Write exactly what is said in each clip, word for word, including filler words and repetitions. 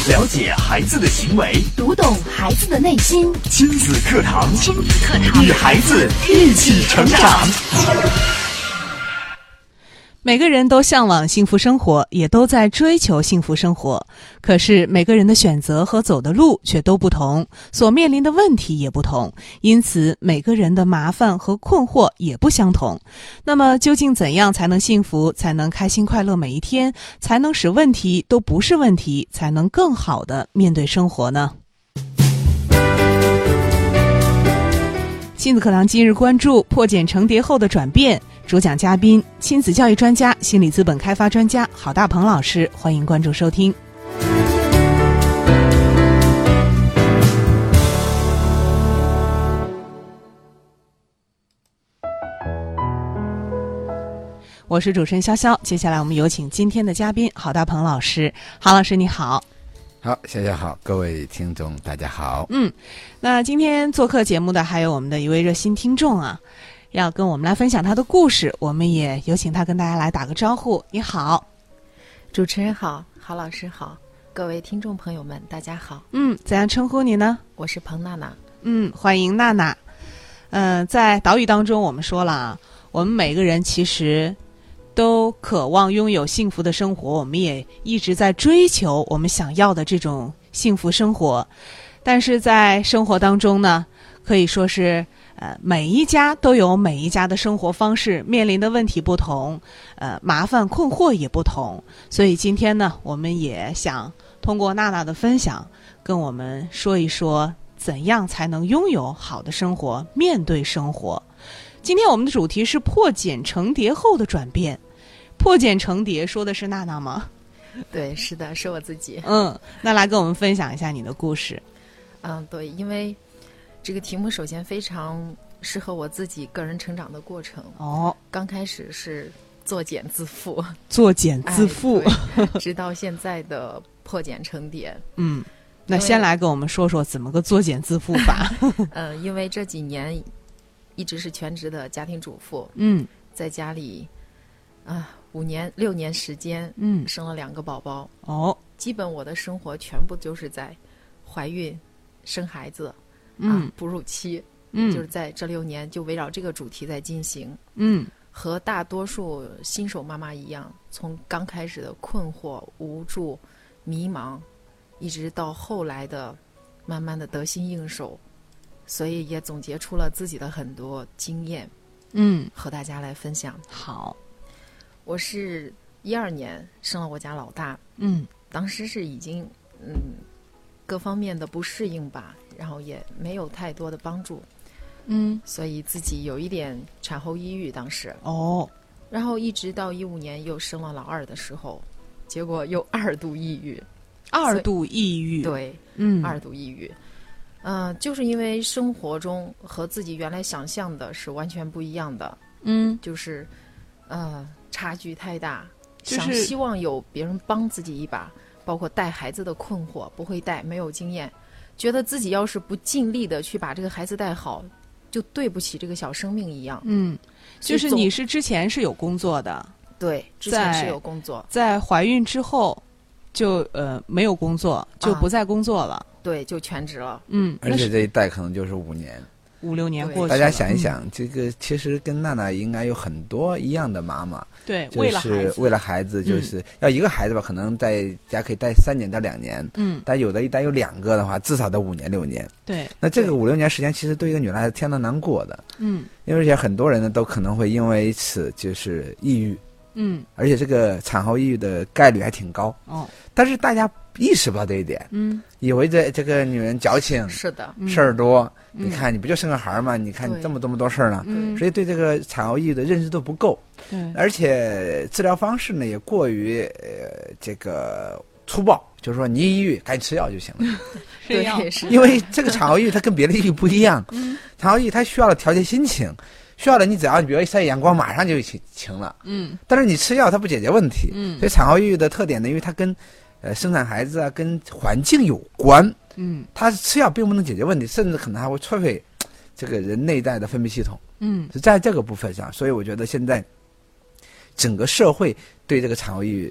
了解孩子的行为， 读懂孩子的内心。 亲子课堂， 亲子课堂， 与孩子一起成长。 每个人都向往幸福生活，也都在追求幸福生活。可是每个人的选择和走的路却都不同，所面临的问题也不同，因此每个人的麻烦和困惑也不相同。那么究竟怎样才能幸福，才能开心快乐每一天，才能使问题都不是问题，才能更好地面对生活呢？亲子课堂今日关注破茧成蝶后的转变，主讲嘉宾亲子教育专家、心理资本开发专家郝大鹏老师，欢迎关注收听。我是主持人潇潇，接下来我们有请今天的嘉宾郝大鹏老师。郝老师你好。 好，谢谢好，各位听众大家好。 嗯，那今天做客节目的还有我们的一位热心听众啊，要跟我们来分享他的故事，我们也有请他跟大家来打个招呼。你好。 主持人好，郝老师好，各位听众朋友们大家好。 嗯，怎样称呼你呢？ 我是彭娜娜。 嗯，欢迎娜娜。嗯、呃，在岛屿当中我们说了啊，我们每个人其实都渴望拥有幸福的生活，我们也一直在追求我们想要的这种幸福生活。但是在生活当中呢，可以说是呃，每一家都有每一家的生活方式，面临的问题不同，呃，麻烦困惑也不同。所以今天呢，我们也想通过娜娜的分享，跟我们说一说怎样才能拥有好的生活，面对生活。今天我们的主题是破茧成蝶后的转变。破茧成蝶说的是娜娜吗？ 对，是的，是我自己。 嗯，那来跟我们分享一下你的故事。 嗯，对，因为这个题目首先非常适合我自己个人成长的过程。 哦， 刚开始是作茧自缚， 作茧自缚， 哎、直到现在的破茧成蝶。 嗯，那先来跟我们说说怎么个作茧自缚法。 呃，因为这几年一直是全职的家庭主妇， 嗯， 在家里啊、呃、五年六年时间， 嗯， 生了两个宝宝。 哦， 基本我的生活全部就是在怀孕、生孩子， 嗯， 啊、哺乳期， 嗯， 就是在这六年就围绕这个主题在进行。 嗯， 和大多数新手妈妈一样，从刚开始的困惑、无助、迷茫，一直到后来的慢慢的得心应手。所以也总结出了自己的很多经验， 嗯， 和大家来分享。 好， 我是一二年生了我家老大， 嗯， 当时是已经嗯各方面的不适应吧，然后也没有太多的帮助， 嗯， 所以自己有一点产后抑郁当时。 哦， 然后一直到一五年又生了老二的时候，结果又二度抑郁， 二度抑郁， 对， 嗯， 二度抑郁。嗯、呃，就是因为生活中和自己原来想象的是完全不一样的， 嗯， 就是呃差距太大， 就是想希望有别人帮自己一把，包括带孩子的困惑，不会带，没有经验，觉得自己要是不尽力的去把这个孩子带好，就对不起这个小生命一样。 嗯，就是你是之前是有工作的， 对，之前是有工作， 在怀孕之后就呃没有工作，就不再工作了。啊， 对，就全职了。 嗯， 而且这一带可能就是五年、 五六年过去了。 大家想一想，嗯、这个其实跟娜娜应该有很多一样的妈妈。 对， 就是、 为了孩子， 为了孩子，就是、嗯、要一个孩子吧，可能在家可以带三年到两年。嗯，但有的一带有两个的话，至少得五年六年。 对， 那这个五六年时间，其实对一个女人还是相当难过的。 嗯， 因为而且很多人呢，都可能会因为此就是抑郁。 嗯， 而且这个产后抑郁的概率还挺高。 哦， 但是大家意识不到这一点。 嗯， 以为这这个女人矫情， 是的， 事儿多。 嗯、 你看，你不就生个孩吗？你看你这么这么多事儿呢， 嗯， 所以对这个产后抑郁的认知都不够。 对， 而且治疗方式呢也过于呃这个粗暴，就是说你抑郁赶紧吃药就行了。 对，是因为这个产后抑郁它跟别的抑郁不一样。 嗯， 产后抑郁它需要了调节心情。需要了，你只要比如一晒阳光，马上就晴了。 嗯， 但是你吃药它不解决问题。 嗯， 所以产后抑郁的特点呢，因为它跟呃生产孩子啊、跟环境有关。 嗯， 它吃药并不能解决问题，甚至可能还会摧毁这个人内在的分泌系统。 嗯， 是在这个部分上，所以我觉得现在整个社会对这个产后抑郁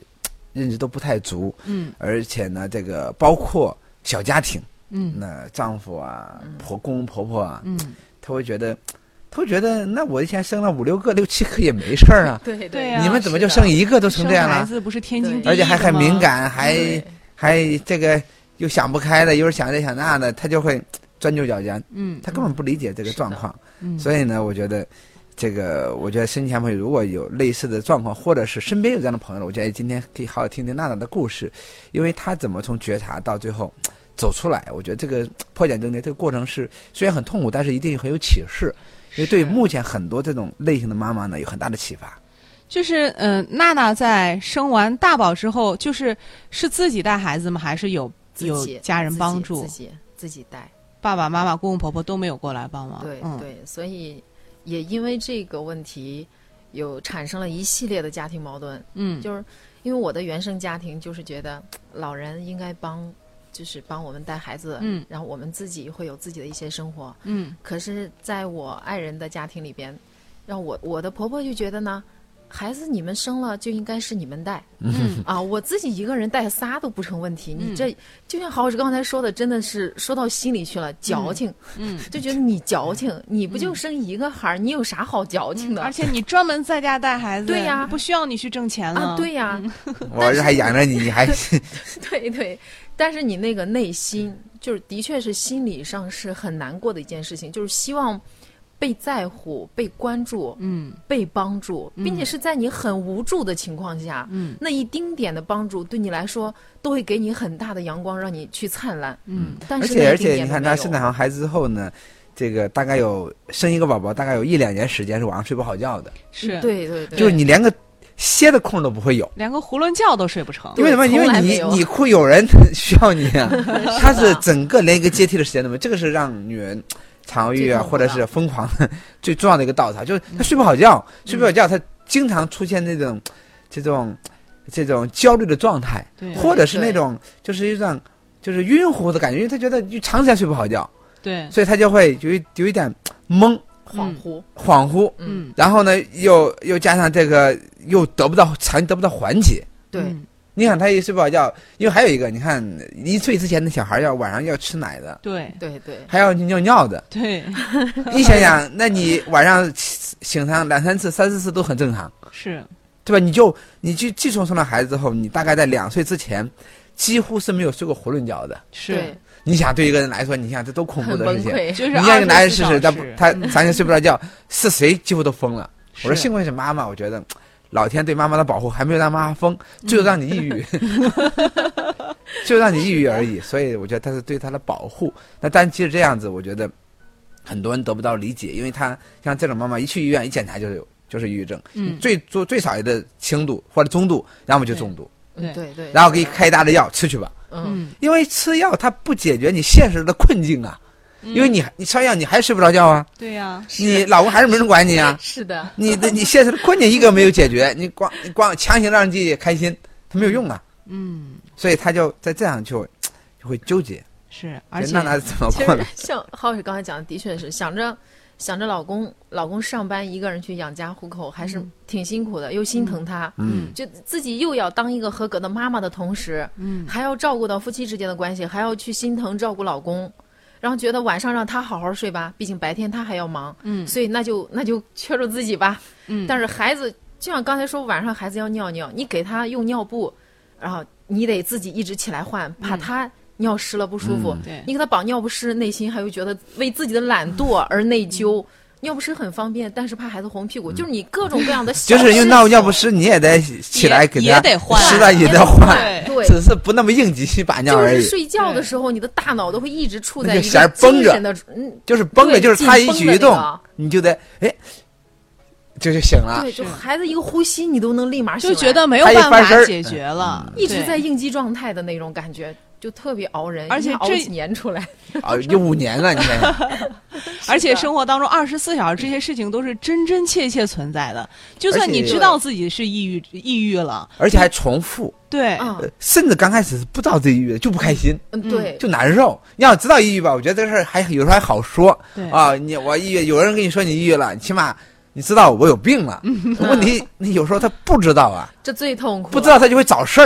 认知都不太足， 嗯， 而且呢，这个包括小家庭， 嗯， 那丈夫啊、婆公公婆婆啊， 嗯， 他会觉得，他会觉得，那我以前生了五六个、六七个也没事儿啊， 对对啊你们怎么就生一个都成这样了？ 生孩子不是天经地义的吗？ 而且还很敏感，还对还这个又想不开的，又是想这想那的，他就会钻牛角尖， 嗯， 他根本不理解这个状况， 嗯， 所以呢，我觉得。这个，我觉得身前朋友如果有类似的状况，或者是身边有这样的朋友，我觉得今天可以好好听听娜娜的故事，因为她怎么从觉察到最后走出来，我觉得这个破茧成蝶这个过程是虽然很痛苦，但是一定很有启示，因为对目前很多这种类型的妈妈呢有很大的启发。 就是嗯、呃，娜娜在生完大宝之后，就是是自己带孩子吗？还是有有家人帮助？ 自己自己带， 爸爸妈妈、公公婆婆都没有过来帮忙。 对、 嗯、 对，所以。也因为这个问题，有产生了一系列的家庭矛盾。 嗯， 就是因为我的原生家庭就是觉得老人应该帮，就是帮我们带孩子， 嗯， 然后我们自己会有自己的一些生活， 嗯。 可是在我爱人的家庭里边，让我我的婆婆就觉得呢，孩子你们生了就应该是你们带， 嗯啊，我自己一个人带仨都不成问题。 嗯、 你这就像郝老师刚才说的，真的是说到心里去了，矫情， 嗯， 就觉得你矫情，你不就生一个孩儿，嗯、你有啥好矫情的？ 而且你专门在家带孩子， 对呀， 不需要你去挣钱了， 啊，对呀， 嗯、我这还养着你，你还对对，但是你那个内心就是的确是心理上是很难过的一件事情，就是希望。被在乎、被关注、 嗯， 被帮助，并且是在你很无助的情况下， 嗯， 那一丁点的帮助对你来说都会给你很大的阳光，让你去灿烂。 嗯， 但是而且而且你看他生产完孩子之后呢，这个大概有生一个宝宝，大概有一两年时间是晚上睡不好觉的。 是， 对对对， 就是你连个歇的空都不会有， 连个囫囵觉都睡不成。 因为什么？因为你你哭有人需要你啊，他是整个连一个阶梯的时间都没有，这个是让女人。常欲啊，或者是疯狂的最重要的一个稻草，就是他睡不好觉，嗯、睡不好觉，他经常出现那种、这种、这种焦虑的状态，或者是那种就是一种就是晕乎的感觉，因为他觉得就长时间睡不好觉， 对， 所以他就会有一有一点懵、 恍惚、 恍惚， 嗯， 然后呢，又又加上这个又得不到长得不到缓解， 对。 嗯你想他一睡不好觉，因为还有一个，你看一岁之前的小孩要晚上要吃奶的， 对对对， 还要尿尿的， 对。 你想想，那你晚上醒上两三次、三四次都很正常， 是， 对吧？你就你去自从生了孩子之后，你大概在两岁之前，几乎是没有睡过囫囵觉的。 是， 你想对一个人来说，你想这多恐怖的事情！ 就是你让一个男人试试，他嗯他三天睡不着觉，是谁几乎都疯了。我说幸亏是妈妈，我觉得。老天对妈妈的保护还没有让妈妈疯，最后让你抑郁，就让你抑郁而已。所以我觉得他是对他的保护。那但即使这样子，我觉得很多人得不到理解，因为他像这种妈妈一去医院一检查就是有就是抑郁症， 嗯， 最最最少也的轻度或者中度，要么就重度， 对对对， 然后给你开一大的药吃去吧， 嗯， 因为吃药它不解决你现实的困境啊。因为你你吃完药你还睡不着觉啊， 对呀、啊， 你老公还是没人管你啊， 是的， 你的你现实的困境一个没有解决，你光你光强行让自己开心，它没有用啊， 嗯， 所以他就在这样就就会纠结， 是，而且那那怎么过呢？ 像浩宇刚才讲的，的确是想着想着老公老公上班一个人去养家糊口，还是挺辛苦的，嗯、又心疼他， 嗯， 就自己又要当一个合格的妈妈的同时， 嗯， 还要照顾到夫妻之间的关系，还要去心疼照顾老公。然后觉得晚上让他好好睡吧，毕竟白天他还要忙， 嗯， 所以那就那就缺住自己吧， 嗯。 但是孩子就像刚才说，晚上孩子要尿尿，你给他用尿布，然后你得自己一直起来换，怕他尿湿了不舒服。 嗯、对， 你给他绑尿不湿，内心还会觉得为自己的懒惰而内疚。嗯尿不湿很方便，但是怕孩子红屁股，嗯、就是你各种各样的小就是因为尿尿不湿，你也得起来给他也得换， 湿了也得换， 对， 只是不那么应急把尿而已。 就是睡觉的时候，你的大脑都会一直处在一个精神的，嗯， 就是绷着，就是他一举一动，你就得哎，这就醒了。 对，就孩子一个呼吸，你都能立马醒来， 就觉得没有办法解决了， 一直在应激状态的那种感觉。就特别熬人， 而且熬几年出来， 熬有五年了，你看。 而且生活当中二十四小时这些事情都是真真切切存在的，就算你知道自己是抑郁抑郁了， 而且还重复， 对、 嗯呃，甚至刚开始是不知道自己抑郁的，就不开心， 嗯，对， 就难受。你要知道抑郁吧，我觉得这个事儿还有时候还好说， 对啊，你我抑郁，有人跟你说你抑郁了，起码。你知道我有病了，嗯、问题你有时候他不知道啊， 这最痛苦， 不知道他就会找事儿，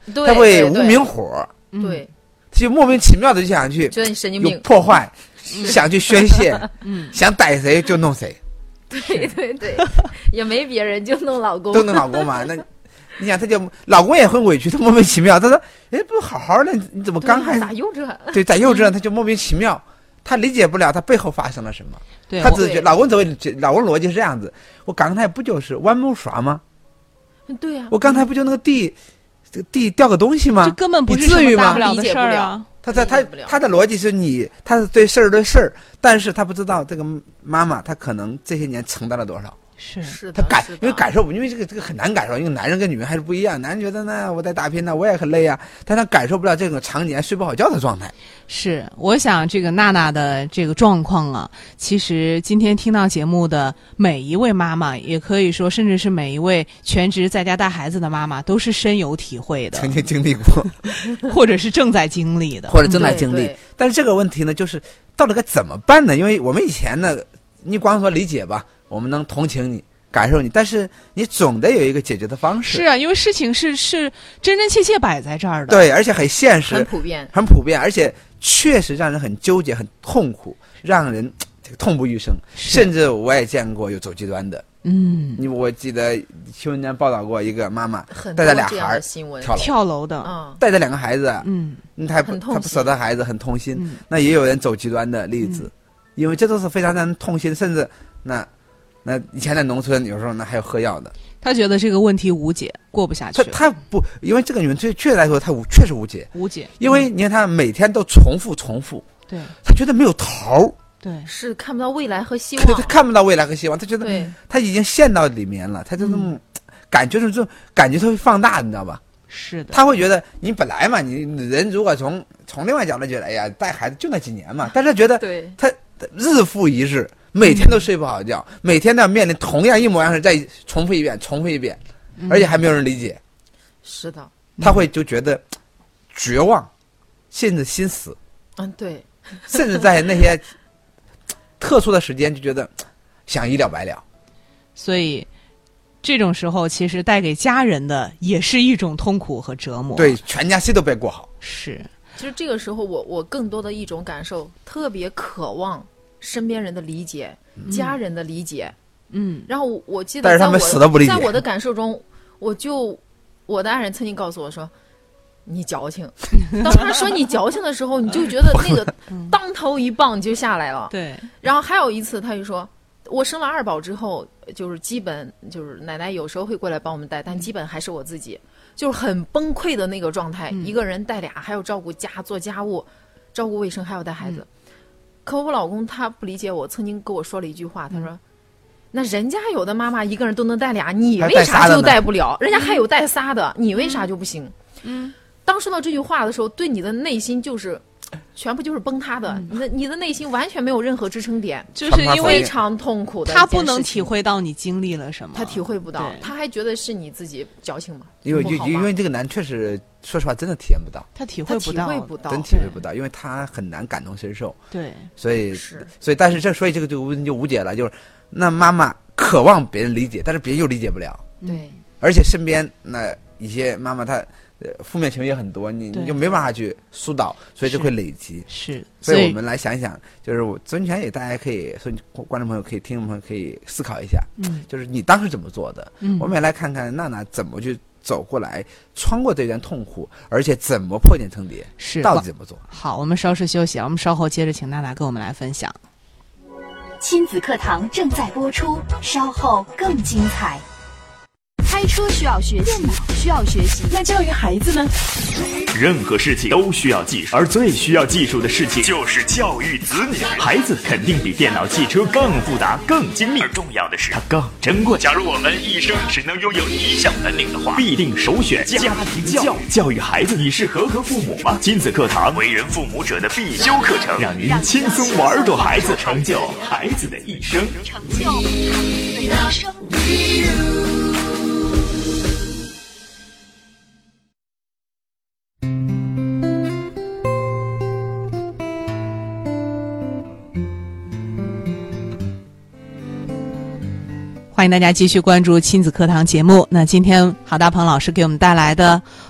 对他会对对无名火， 嗯对， 就莫名其妙的就想去觉得你神经有病。 破坏，想去宣泄， 嗯， 想逮谁就弄谁， 对对对，也没别人，就弄老公。 都弄老公嘛。那你想，他就老公也很委屈，他莫名其妙，他说：“哎，不是好好的，你怎么刚开始咋又这？ 对在幼稚呢？他就莫名其妙。”他理解不了他背后发生了什么， 对， 他我只是觉得老公怎么老公逻辑是这样子，我刚才不就是弯木耍吗？ 对呀、 我刚才不就那个地，这个地掉个东西吗？ 这根本不是你至于吗什么大不了的事儿啊。 他他他理解不了他的逻辑是你，他是对事儿对事儿，但是他不知道这个妈妈，她可能这些年承担了多少。 是是的， 他感是的因为感受不，因为这个这个很难感受，因为男人跟女人还是不一样。男人觉得呢，我在打拼呢，我也很累啊，但他感受不了这种常年睡不好觉的状态。 是，我想这个娜娜的这个状况啊，其实今天听到节目的每一位妈妈，也可以说，甚至是每一位全职在家带孩子的妈妈，都是深有体会的， 曾经经历过， 或者是正在经历的。 或者正在经历对对。 但是这个问题呢，就是到底该怎么办呢？因为我们以前呢，你光说理解吧，我们能同情你。感受你，但是你总得有一个解决的方式。 是啊，因为事情是是真真切切摆在这儿的。 对，而且很现实， 很普遍， 很普遍，而且确实让人很纠结、很痛苦，让人这个痛不欲生。甚至我也见过有走极端的。 嗯， 你我记得新闻间报道过一个妈妈很多带着俩这样孩儿的新闻跳楼， 跳楼的， 嗯， 带着两个孩子， 嗯嗯，他不很痛心他不舍得孩子，很痛心。 嗯那也有人走极端的例子，因为这都是非常让人痛心，甚至那。那以前在农村，有时候那还有喝药的。 他觉得这个问题无解，过不下去他了， 他不，因为这个女人确确实来说，她无确实无解， 无解。 因为你看她每天都重复重复， 对她觉得没有头儿， 对， 是看不到未来和希她望。 看不到未来和希望，她觉得对， 她已经陷到里面了，她就那种感觉是这种感觉，她会放大，你知道吧？ 是的， 她会觉得你本来嘛，你人如果从从另外角度觉得，哎呀，带孩子就那几年嘛，但是她觉得对， 她日复一日。每天都睡不好觉，嗯、每天都要面临同样一模一样的再重复一遍，重复一遍， 嗯、 而且还没有人理解。 是的， 他会就觉得绝望，甚至心死。 嗯，对， 甚至在那些特殊的时间就觉得想一了百了。 所以这种时候，其实带给家人的也是一种痛苦和折磨。 对，全家谁都别过好。 是。 其实这个时候我，我我更多的一种感受，特别渴望身边人的理解，嗯、家人的理解。 嗯， 然后我我记得， 但是他们死都不理解。 在我的感受中，我就我的爱人曾经告诉我说：“你矫情。”当他说你矫情的时候，你就觉得那个当头一棒就下来了。 对。 然后还有一次，他就说。我生了二宝之后，就是基本就是奶奶有时候会过来帮我们带，但基本还是我自己，就是很崩溃的那个状态。嗯、一个人带俩，还要照顾家、做家务、照顾卫生，还要带孩子。嗯、可我老公他不理解我，曾经跟我说了一句话，他说：“嗯、那人家有的妈妈一个人都能带俩，你为啥就带不了？人家还有带仨的，你为啥就不行？”嗯，当说到这句话的时候，对你的内心就是。全部就是崩塌的，嗯、你的你的内心完全没有任何支撑点， 就是因为非常痛苦的。 他不能体会到你经历了什么， 他体会不到，他还觉得是你自己矫情嘛。 因为因为这个男确实，说实话，真的体验不到， 他体会不到， 体会不到， 真体会不到，因为他很难感同身受。 对， 所以是， 所以但是这所以这个就就无解了，就是那妈妈渴望别人理解，但是别人又理解不了。 对， 而且身边那一些妈妈她。呃，负面情绪也很多，你你就没办法去疏导，所以就会累积。 是， 所以我们来想想，就是我尊权也大家可以，所以观众朋友可以听众朋友可以思考一下，嗯，就是你当时怎么做的？嗯，我们也来看看娜娜怎么去走过来，穿过这段痛苦，而且怎么破茧成蝶， 是到底怎么做？ 好，我们稍事休息，我们稍后接着请娜娜跟我们来分享。 亲子课堂正在播出，稍后更精彩。开车需要学习，电脑需要学习，那教育孩子呢？ 任何事情都需要技术，而最需要技术的事情就是教育子女。孩子肯定比电脑、汽车更复杂、更精密，而重要的是它更珍贵。假如我们一生只能拥有一项本领的话，必定首选家庭教育。教育孩子，你是合格父母吗？亲子课堂，为人父母者的必修课程，让您轻松玩懂孩子，成就孩子的一生， 成就孩子的一生。 欢迎大家继续关注亲子课堂节目。那今天郝大鹏老师给我们带来的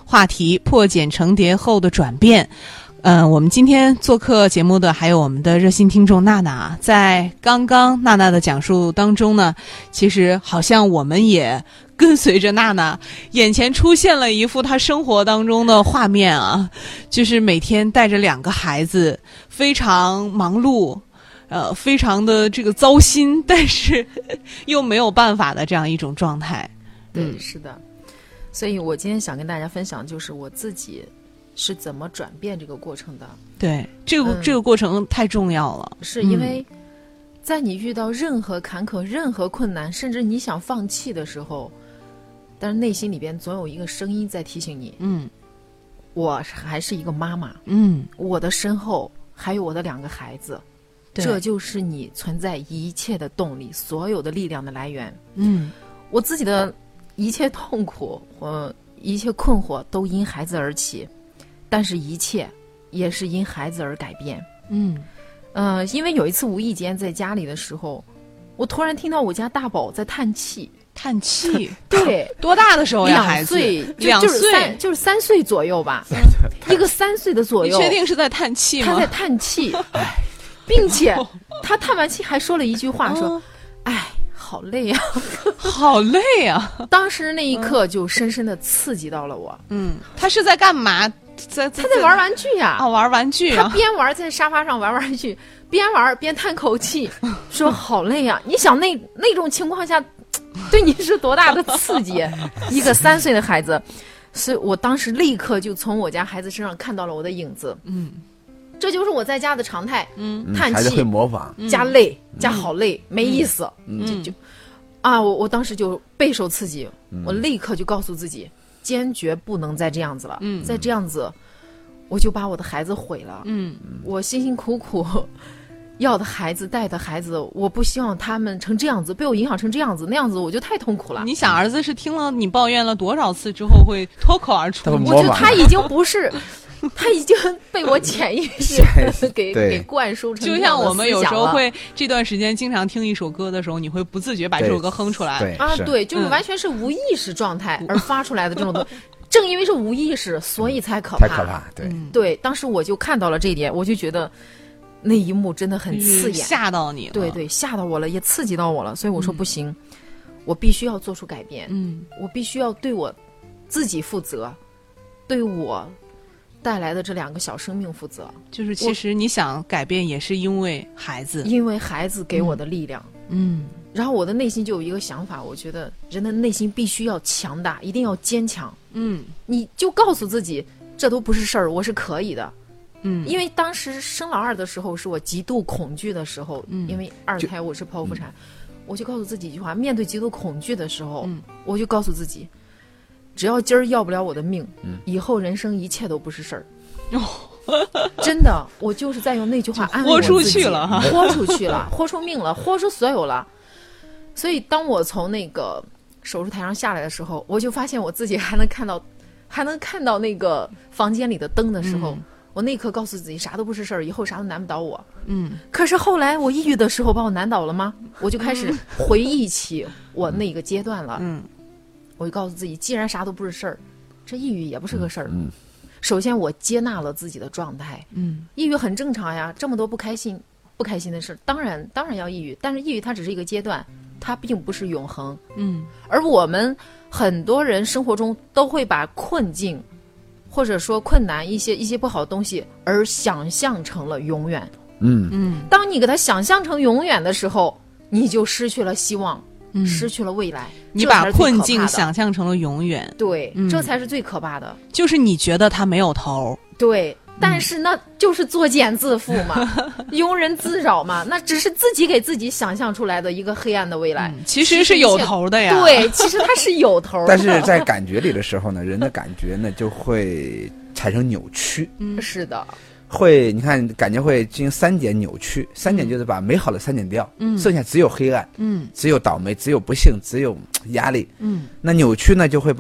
话题：破茧成蝶后的转变。嗯、呃，我们今天做客节目的还有我们的热心听众娜娜，在刚刚娜娜的讲述当中呢，其实好像我们也跟随着娜娜，眼前出现了一幅她生活当中的画面啊，就是每天带着两个孩子，非常忙碌，呃，非常的这个糟心，但是又没有办法的这样一种状态。 对， 嗯， 是的。所以我今天想跟大家分享，就是我自己是怎么转变这个过程的。 对，这个、 嗯、 这个过程太重要了， 是因为在你遇到任何坎坷、任何困难，甚至你想放弃的时候，但是内心里边总有一个声音在提醒你， 嗯， 我还是一个妈妈， 嗯， 我的身后还有我的两个孩子，这就是你存在一切的动力，所有的力量的来源。 嗯， 我自己的一切痛苦和一切困惑都因孩子而起，但是一切也是因孩子而改变。 嗯， 呃，因为有一次无意间在家里的时候，我突然听到我家大宝在叹气。 叹气？ 对， 多大的时候呀？孩子两岁， 两岁，就是三， 岁， 就是三岁左右吧，一个三岁的左右。 你确定是在叹气吗？ 他在叹气，并且他叹完气还说了一句话，说：“哎，好累啊， 好累啊！” 当时那一刻就深深的刺激到了我。 嗯，他是在干嘛？在他在玩玩具呀、啊， 啊，玩玩具啊！ 他边玩在沙发上玩玩具，边玩边叹口气，说好累呀、啊！你想那那种情况下，对你是多大的刺激？一个三岁的孩子，所以我当时立刻就从我家孩子身上看到了我的影子。 嗯， 这就是我在家的常态。 嗯， 叹气， 孩子会模仿， 加累，加好累， 嗯、 没意思。 嗯， 就就啊，我我当时就备受刺激，嗯、我立刻就告诉自己。坚决不能再这样子了，嗯，再这样子，我就把我的孩子毁了。嗯，我辛辛苦苦要的孩子，带的孩子，我不希望他们成这样子，被我影响成这样子，那样子我就太痛苦了。 你想，儿子是听了你抱怨了多少次之后会脱口而出？ 我觉得他已经不是，他已经被我潜意识给给灌输成。 就像我们有时候会这段时间经常听一首歌的时候，你会不自觉把这首歌哼出来。 对啊，对，就是完全是无意识状态而发出来的这种东西。正因为是无意识，所以才可怕。 才可怕，对、 嗯、对。当时我就看到了这一点，我就觉得那一幕真的很刺眼， 吓到你了。 对对，吓到我了，也刺激到我了。所以我说不行，嗯、我必须要做出改变。嗯，我必须要对我自己负责，对我带来的这两个小生命负责。 就是其实你想改变，也是因为孩子， 因为孩子给我的力量。 嗯。 然后我的内心就有一个想法，我觉得人的内心必须要强大，一定要坚强。嗯，你就告诉自己，这都不是事儿，我是可以的。嗯，因为当时生老二的时候是我极度恐惧的时候，嗯，因为二胎我是剖腹产，我就告诉自己一句话：面对极度恐惧的时候，嗯，我就告诉自己，只要今儿要不了我的命，嗯，以后人生一切都不是事儿。哦，真的，我就是在用那句话安慰我自己，豁出去了哈，豁出去了，豁出命了，豁出所有了。所以当我从那个手术台上下来的时候，我就发现我自己还能看到还能看到那个房间里的灯的时候，嗯、我那一刻告诉自己啥都不是事儿，以后啥都难不倒我。嗯，可是后来我抑郁的时候把我难倒了吗？我就开始回忆起我那个阶段了。嗯，我就告诉自己，既然啥都不是事儿，这抑郁也不是个事儿。嗯，首先我接纳了自己的状态。嗯，抑郁很正常呀，这么多不开心不开心的事，当然当然要抑郁，但是抑郁它只是一个阶段。它并不是永恒，嗯，而我们很多人生活中都会把困境，或者说困难一些一些不好的东西，而想象成了永远，嗯嗯。当你给它想象成永远的时候，你就失去了希望，嗯、失去了未来。 你把困境想象成了永远， 对、嗯，这才是最可怕的。 就是你觉得它没有头， 对。但是那就是作茧自缚嘛，庸人自扰嘛，那只是自己给自己想象出来的一个黑暗的未来， 嗯、其实是有头的呀。 对，其实它是有头的。 但是在感觉里的时候呢，人的感觉呢就会产生扭曲。 嗯，是的。 会，你看，感觉会进行三点扭曲。三点就是把美好的删减掉，嗯，剩下只有黑暗，嗯，只有倒霉，只有不幸，只有压力，嗯。那扭曲呢，就会把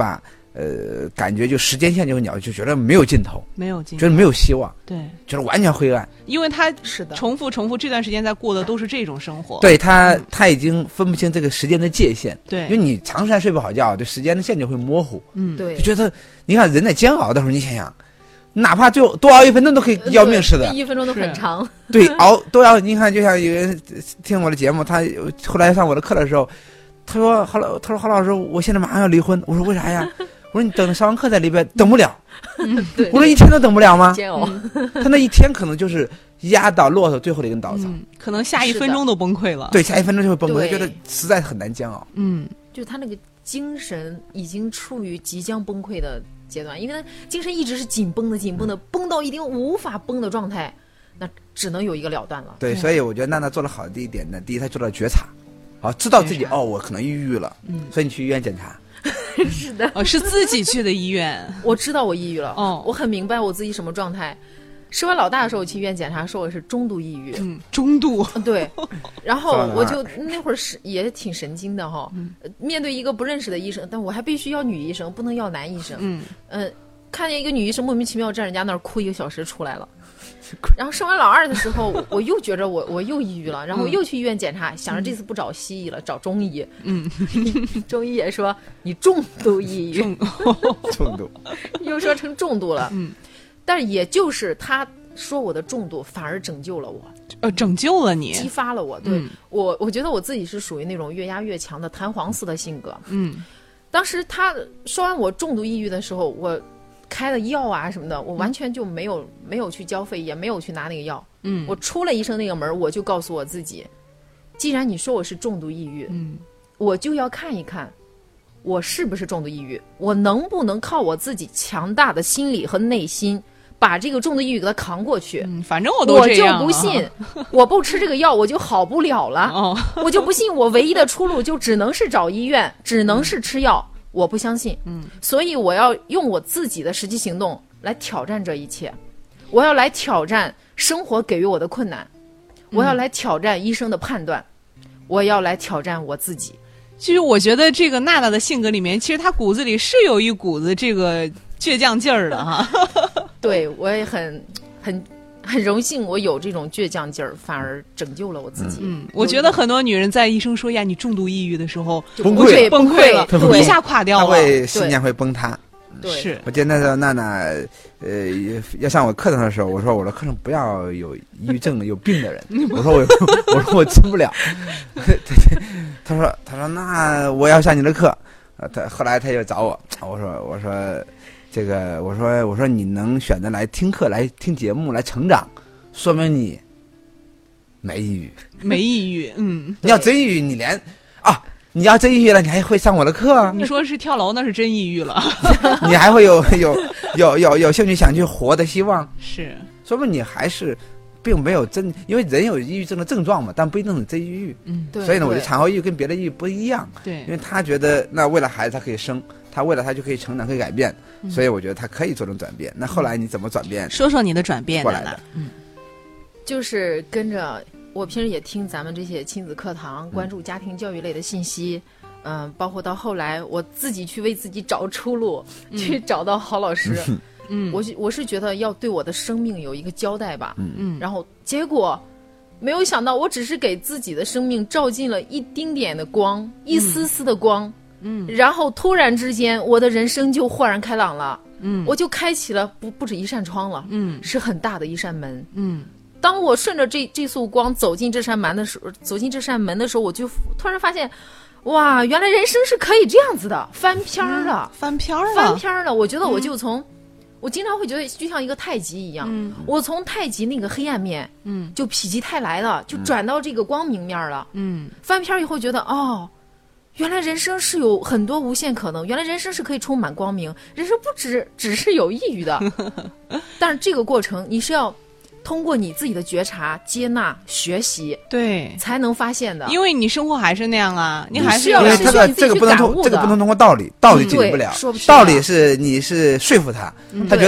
呃，感觉就时间线就会鸟，就觉得没有尽头， 没有尽头， 觉得没有希望， 对， 觉得完全灰暗。 因为他是的， 重复重复这段时间在过的都是这种生活。 对他，嗯、他已经分不清这个时间的界限。 对， 因为你长时间睡不好觉，对时间的线就会模糊。 嗯， 对， 就觉得你看人在煎熬的时候，你想想，哪怕就多熬一分钟都可以要命似的， 一分钟都很长。 对，熬都要。你看，就像有人听我的节目，他后来上我的课的时候，他说：“郝老，他说郝老师，我现在马上要离婚。”我说：“为啥呀？”我说你等上完课再离呗，等不了。 嗯、对， 我说一天都等不了吗？ 煎熬。 他那一天可能就是压倒骆驼最后的一根稻草、 嗯，可能下一分钟都崩溃了。 对，下一分钟就会崩溃，他觉得实在很难煎熬。 嗯， 就他那个精神已经处于即将崩溃的阶段，因为他精神一直是紧绷的、紧绷的，绷到一定无法绷的状态，那只能有一个了断了。 对，所以我觉得娜娜做的好的一点呢，第一，她做到觉察，啊，知道自己哦，我可能抑郁了，嗯，所以你去医院检查。 是的， 哦，是自己去的医院。 我知道我抑郁了， 哦， 我很明白我自己什么状态。生完老大的时候，我去医院检查，说我是中度抑郁。 嗯，中度。 对，然后我就那会儿是也挺神经的哈、嗯，面对一个不认识的医生，但我还必须要女医生，不能要男医生。嗯，呃，看见一个女医生莫名其妙站人家那儿哭一个小时出来了。然后生完老二的时候，我又觉着我我又抑郁了，然后又去医院检查，嗯、想着这次不找西医了，找中医。嗯，中医也说你重度抑郁， 重度， 又说成重度了。嗯，但是也就是他说我的重度，反而拯救了我， 呃，拯救了你， 激发了我。对、嗯、我，我觉得我自己是属于那种越压越强的弹簧似的性格。嗯，当时他说完我重度抑郁的时候，我。开的药啊什么的，我完全就没有、嗯、没有去交费，也没有去拿那个药。嗯，我出了医生那个门，我就告诉我自己，既然你说我是重度抑郁，嗯，我就要看一看我是不是重度抑郁，我能不能靠我自己强大的心理和内心把这个重度抑郁给它扛过去。 嗯，反正我都这样、啊、 我就不信我不吃这个药我就好不了了。哦，我就不信我唯一的出路就只能是找医院，只能是吃药。嗯，我不相信，嗯，所以我要用我自己的实际行动来挑战这一切，我要来挑战生活给予我的困难，我要来挑战医生的判断，嗯、我要来挑战我自己。 其实我觉得这个娜娜的性格里面，其实她骨子里是有一股子这个倔强劲儿的哈。 对，我也很很。很荣幸我有这种倔强劲儿，反而拯救了我自己。 嗯，我觉得很多女人在医生说呀你重度抑郁的时候崩溃崩溃了，一下垮掉了， 会信念会崩塌。 对， 是我记得那时候娜娜呃要上我课堂的时候，我说我的课上不要有抑郁症有病的人，我说我我说我治不了。他说他说那我要上你的课，他后来他又找我，我说我说。这个我说我说你能选择来听课来听节目来成长，说明你没抑郁， 没抑郁。嗯， 你要真抑郁，你连啊，你要真抑郁了，你还会上我的课？ 你说是跳楼，那是真抑郁了。 你还会有有有有有兴趣想去活的希望？ 是， 说明你还是并没有真，因为人有抑郁症的症状嘛，但不一定是真抑郁。 嗯，对。 所以呢，我觉得产后抑郁跟别的抑郁不一样。 对， 因为他觉得那为了孩子他可以生。他为了他就可以成长，可以改变，嗯、所以我觉得他可以做成转变。那后来你怎么转变？ 说说你的转变过来的。 嗯， 就是跟着我平时也听咱们这些亲子课堂，关注家庭教育类的信息，嗯、呃，包括到后来我自己去为自己找出路，嗯、去找到郝老师。嗯，我我是觉得要对我的生命有一个交代吧。嗯嗯，然后结果没有想到，我只是给自己的生命照进了一丁点的光，嗯、一丝丝的光。嗯，然后突然之间，我的人生就豁然开朗了。嗯，我就开启了不不止一扇窗了。嗯，是很大的一扇门。嗯，当我顺着这这束光走进这扇门的时候，走进这扇门的时候，我就突然发现，哇，原来人生是可以这样子的，翻篇了， 嗯、翻篇了， 翻篇了。我觉得我就从，嗯、我经常会觉得就像一个太极一样，嗯、我从太极那个黑暗面，嗯，就否极泰来了，就转到这个光明面了。嗯，翻篇以后觉得哦。原来人生是有很多无限可能，原来人生是可以充满光明，人生不只只是有抑郁的。但是这个过程你是要通过你自己的觉察、接纳、学习， 对， 才能发现的。 因为你生活还是那样啊，你还是要因为这个这个不能通这个不能通过道理，道理解决不了。 嗯、 道理是你是说服他，嗯、他觉得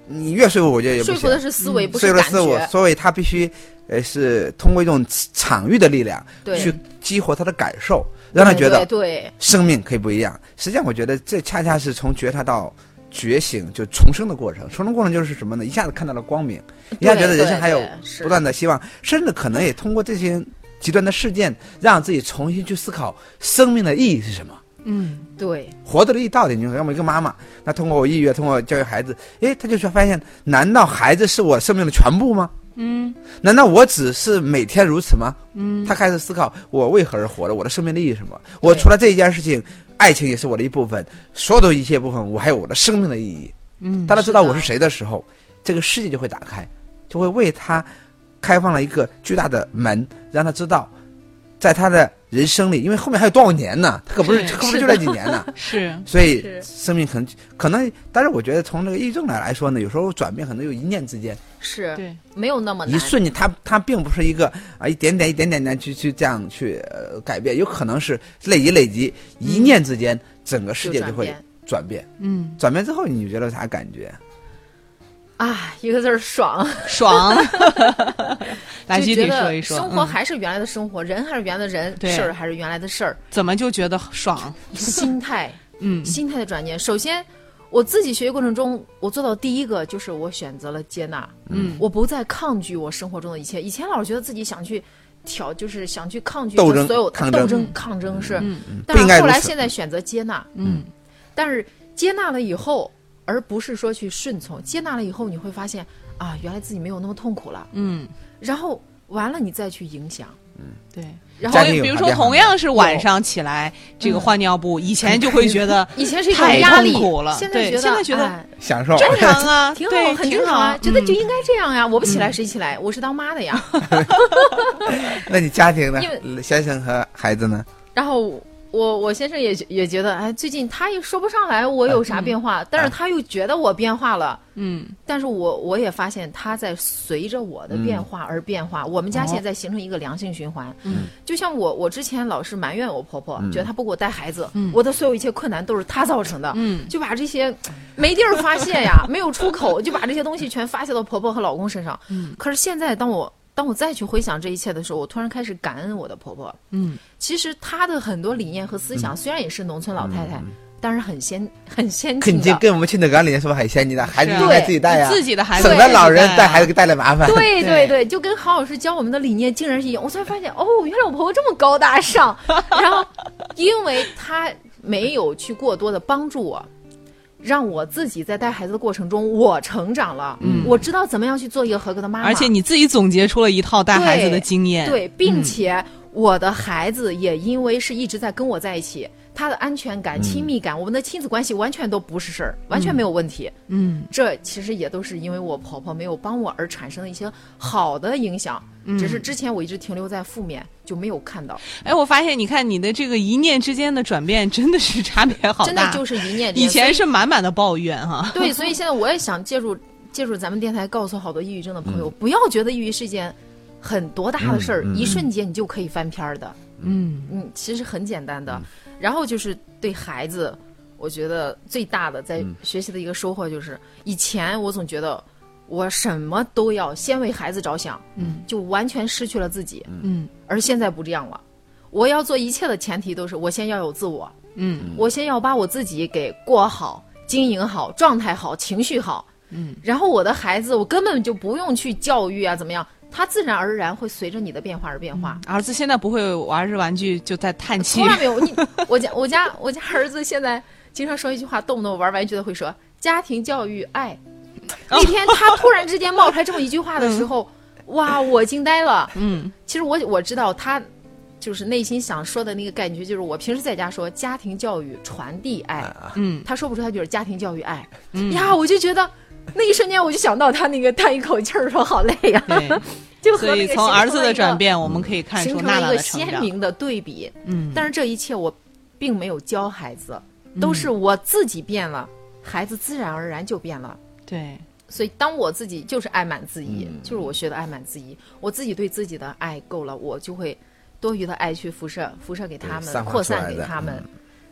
你越说服我觉得也不行。 说服的是思维， 嗯、 不是感觉。 说服的思维，所以他必须呃是通过一种场域的力量去激活他的感受，让他觉得对生命可以不一样。实际上，我觉得这恰恰是从觉察到觉醒就重生的过程。重生过程就是什么呢？一下子看到了光明，一下觉得人生还有不断的希望，甚至可能也通过这些极端的事件，让自己重新去思考生命的意义是什么。 嗯， 对，活的意义到底？你说，我一个妈妈，那通过我抑郁，通过教育孩子，诶，他就说发现，难道孩子是我生命的全部吗？ 嗯， 难道我只是每天如此吗？ 嗯， 他开始思考我为何而活着，我的生命的意义是什么？我除了这一件事情，爱情也是我的一部分，所有的一切部分，我还有我的生命的意义。 嗯， 当他知道我是谁的时候，这个世界就会打开，就会为他开放了一个巨大的门，让他知道。在他的人生里，因为后面还有多少年呢？他可不是，可不是就这几年呢。 是， 所以生命可能可能，但是我觉得从这个抑郁症来来说呢，有时候转变可能有一念之间， 是， 对， 没有那么难。 一瞬间，他他并不是一个啊一点点一点点的去去这样去呃改变，有可能是累积累积，一念之间，整个世界就会转变。 嗯， 转变之后，你觉得啥感觉？ 啊，一个字儿爽， 爽。来，具体说一说。 生活还是原来的生活，嗯、人还是原来的人，事儿还是原来的事儿。 怎么就觉得爽？ 心态， 嗯， 心态的转变。首先，我自己学习过程中，我做到第一个就是我选择了接纳， 嗯， 我不再抗拒我生活中的一切。以前老是觉得自己想去挑，就是想去抗拒斗争所有抗斗争抗争是， 嗯嗯、但是后来现在选择接纳， 嗯， 但是接纳了以后。而不是说去顺从，接纳了以后，你会发现啊，原来自己没有那么痛苦了。 嗯， 然后完了，你再去影响。 嗯，对。 然后比如说，同样是晚上起来这个换尿布，以前就会觉得以前是一种压力， 了， 现在觉得现在觉得享受正常啊， 挺好，很正常啊，觉得就应该这样呀。我不起来谁起来？我是当妈的呀。 那你家庭呢？先生和孩子呢？ 然后。我我先生也也觉得，哎，最近他也说不上来我有啥变化，嗯、但是他又觉得我变化了， 嗯， 但是我我也发现他在随着我的变化而变化，嗯、我们家现在形成一个良性循环， 嗯， 就像我我之前老是埋怨我婆婆， 嗯、 觉得她不给我带孩子， 嗯， 我的所有一切困难都是她造成的， 嗯， 就把这些没地儿发泄呀，没有出口，就把这些东西全发泄到婆婆和老公身上， 嗯， 可是现在当我。当我再去回想这一切的时候，我突然开始感恩我的婆婆。 嗯， 其实她的很多理念和思想， 嗯、 虽然也是农村老太太，嗯、但是很先很先进的。跟跟我们亲子馆里面是不是很先进的？孩子应该自己带呀， 自己的孩子省得老人带孩子带来麻烦。 对对对，就跟郝老师教我们的理念竟然是一样。我才发现，哦，原来我婆婆这么高大上。然后，因为她没有去过多的帮助我。让我自己在带孩子的过程中，我成长了， 嗯， 我知道怎么样去做一个合格的妈妈， 而且你自己总结出了一套带孩子的经验， 对，对并且我的孩子也因为是一直在跟我在一起，他的安全感、亲密感，我们的亲子关系完全都不是事儿，完全没有问题。 嗯， 这其实也都是因为我婆婆没有帮我而产生的一些好的影响，只是之前我一直停留在负面，就没有看到。 哎，我发现你看你的这个一念之间的转变真的是差别好大， 真的就是一念。 以前是满满的抱怨哈。 对，所以现在我也想借助借助咱们电台，告诉好多抑郁症的朋友，不要觉得抑郁是一件很多大的事儿，一瞬间你就可以翻篇的。 嗯嗯，其实很简单的。然后就是对孩子，我觉得最大的在学习的一个收获就是，以前我总觉得我什么都要先为孩子着想， 嗯， 就完全失去了自己， 嗯， 而现在不这样了。我要做一切的前提都是我先要有自我， 嗯， 我先要把我自己给过好、经营好、状态好、情绪好， 嗯， 然后我的孩子我根本就不用去教育啊，怎么样？他自然而然会随着你的变化而变化。 嗯、儿子现在不会玩着玩具就在叹气， 从来没有。你我家我家我家儿子现在经常说一句话，动不动玩玩具的会说家庭教育爱。那天他突然之间冒出来这么一句话的时候，嗯、哇，我惊呆了。 嗯， 其实我我知道他就是内心想说的那个感觉，就是我平时在家说家庭教育传递爱， 嗯， 他说不出他就是家庭教育爱。 嗯呀，我就觉得。那一瞬间我就想到他那个叹一口气儿说好累呀、啊，就和所以从儿子的转变，我们可以看出娜娜的成一个鲜明的对比。 嗯， 但是这一切我并没有教孩子，都是我自己变了，嗯、孩子自然而然就变了。 对， 所以当我自己就是爱满自溢， 嗯、 就是我学的爱满自溢，我自己对自己的爱够了，我就会多余的爱去辐射，辐射给他们，扩散给他们。嗯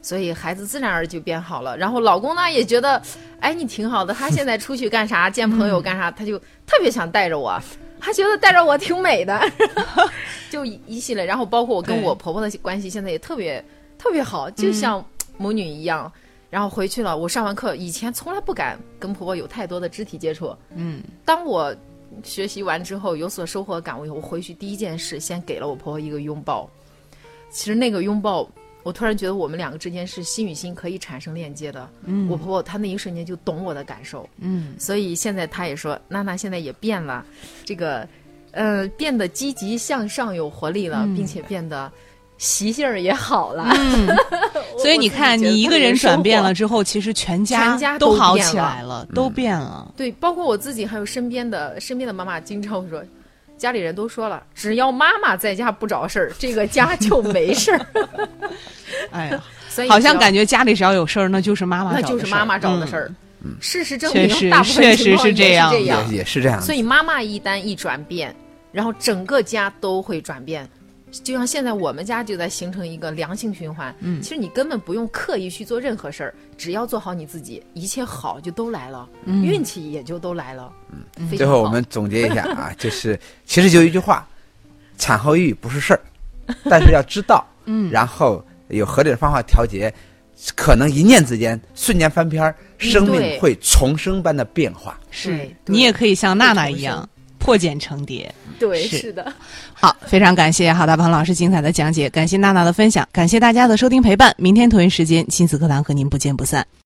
所以孩子自然而然就变好了。然后老公呢也觉得，哎，你挺好的，他现在出去干啥，见朋友干啥，他就特别想带着我，他觉得带着我挺美的，就一系列。然后包括我跟我婆婆的关系现在也特别特别好，就像母女一样。然后回去了，我上完课，以前从来不敢跟婆婆有太多的肢体接触。嗯，当我学习完之后有所收获感悟以后，我回去第一件事先给了我婆婆一个拥抱。其实那个拥抱，我突然觉得我们两个之间是心与心可以产生链接的。嗯，我婆婆她那一瞬间就懂我的感受。嗯，所以现在她也说，娜娜现在也变了，这个呃变得积极向上有活力了，嗯、并且变得习性儿也好了。嗯， 所以你看，你一个人转变了之后，其实全家全家都好变起来了，都变了。 对，包括我自己，还有身边的身边的妈妈，经常会说，家里人都说了，只要妈妈在家不找事儿，这个家就没事儿。 哎呀，所以好像感觉家里只要有事儿，那就是妈妈找的事儿， 那就是妈妈找的事儿。 嗯， 事实证明， 确大部分实情况是这样， 也也是这样。 所以妈妈一旦一转变，然后整个家都会转变。就像现在我们家就在形成一个良性循环。嗯，其实你根本不用刻意去做任何事儿，只要做好你自己，一切好就都来了，嗯、运气也就都来了。 嗯，最后我们总结一下啊，就是其实就一句话，产后抑郁不是事儿，但是要知道，嗯，然后有合理的方法调节，可能一念之间瞬间翻篇，生命会重生般的变化。 是你也可以像娜娜一样破茧成蝶。 对， 是, 是的。 好，非常感谢郝大鹏老师精彩的讲解，感谢娜娜的分享，感谢大家的收听陪伴。明天同一时间，亲子课堂和您不见不散。